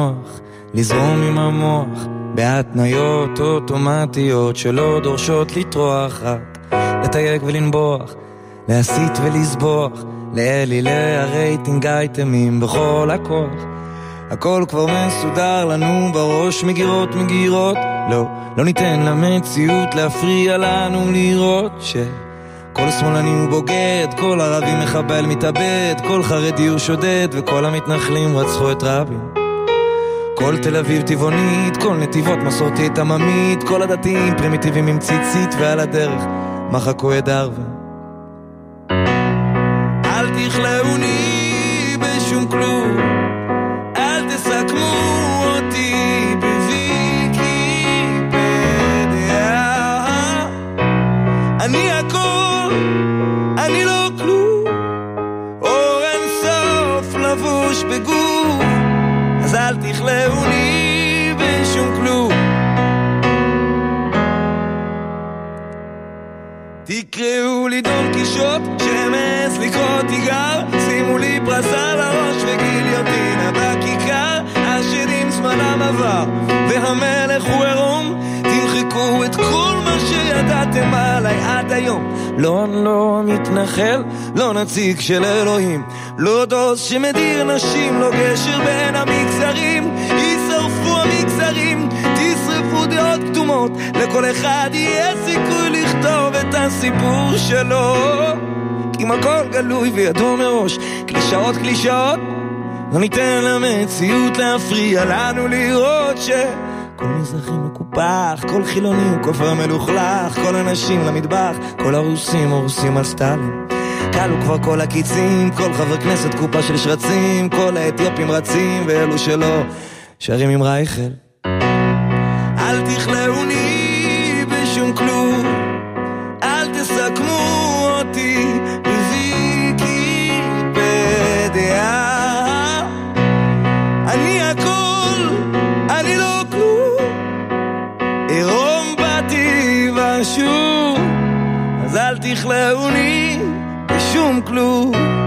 נוח לזרום עם המוח בהתניות אוטומטיות שלא דורשות לטרוח, רק לתייג ולנבוח, להסיט ולסבוח, לאלילי הרייטינג אייטמים בכל הכוח. הכל כבר מסודר לנו בראש, מגירות, לא ניתן למציאות להפריע לנו לראות שכל שמאלני הוא בוגד, כל ערבי מחבל מתאבד, כל חרדי הוא שודד וכל המתנחלים רצחו את רבין. כל תל אביב טבעונית, כל נתיבות מסורתית עממית, כל הדתיים פרימיטיביים עם ציצית, ועל הדרך מחקו את דרווין. אל תכלאוני בשום כלום, אל תסכמו אותי בוויקיפדיה. אני הכל, אני לא כלום, אור אין סוף לבוש בגוף, אז אל תכלאוני בשום כלום. תקראו לי דון קישוט, שמס לקרוא תיגר, שימו לי פרס על הראש וגיליוטינה בכיכר, השדים זמנם עבר והמלך הוא עירום, תמחקו את כל מה שידעתם עליי עד היום. לא, אני לא מתנחל, לא נציג של אלוהים, לא דוס שמדיר נשים, לא גשר בין המגזרים, ישרפו המגזרים, תשרפו דעות כתומות, לכל אחד יהיה סיכוי לכתוב את הסיפור שלו, כי אם הכל גלוי וידוע מראש, קלישאות, לא ניתן למציאות להפריע לנו לראות כל מזרחי מקופח, כל חילוני הוא כופר מלוכלך, כל אנשים למטבח, כל הרוסים הורסים על סטלין, קלו כבר כל הקיצים, כל חבר כנסת קופה של שרצים, כל האתיופים רצים ואלו שלא שרים עם רייכל. אל תכלאוני בשום כלום, אל תסכמו אותי בוויקיפדיה. אני הכל, אני לא כלום, עירום באתי ושוב, אז אל תכלאוני בשום כלום.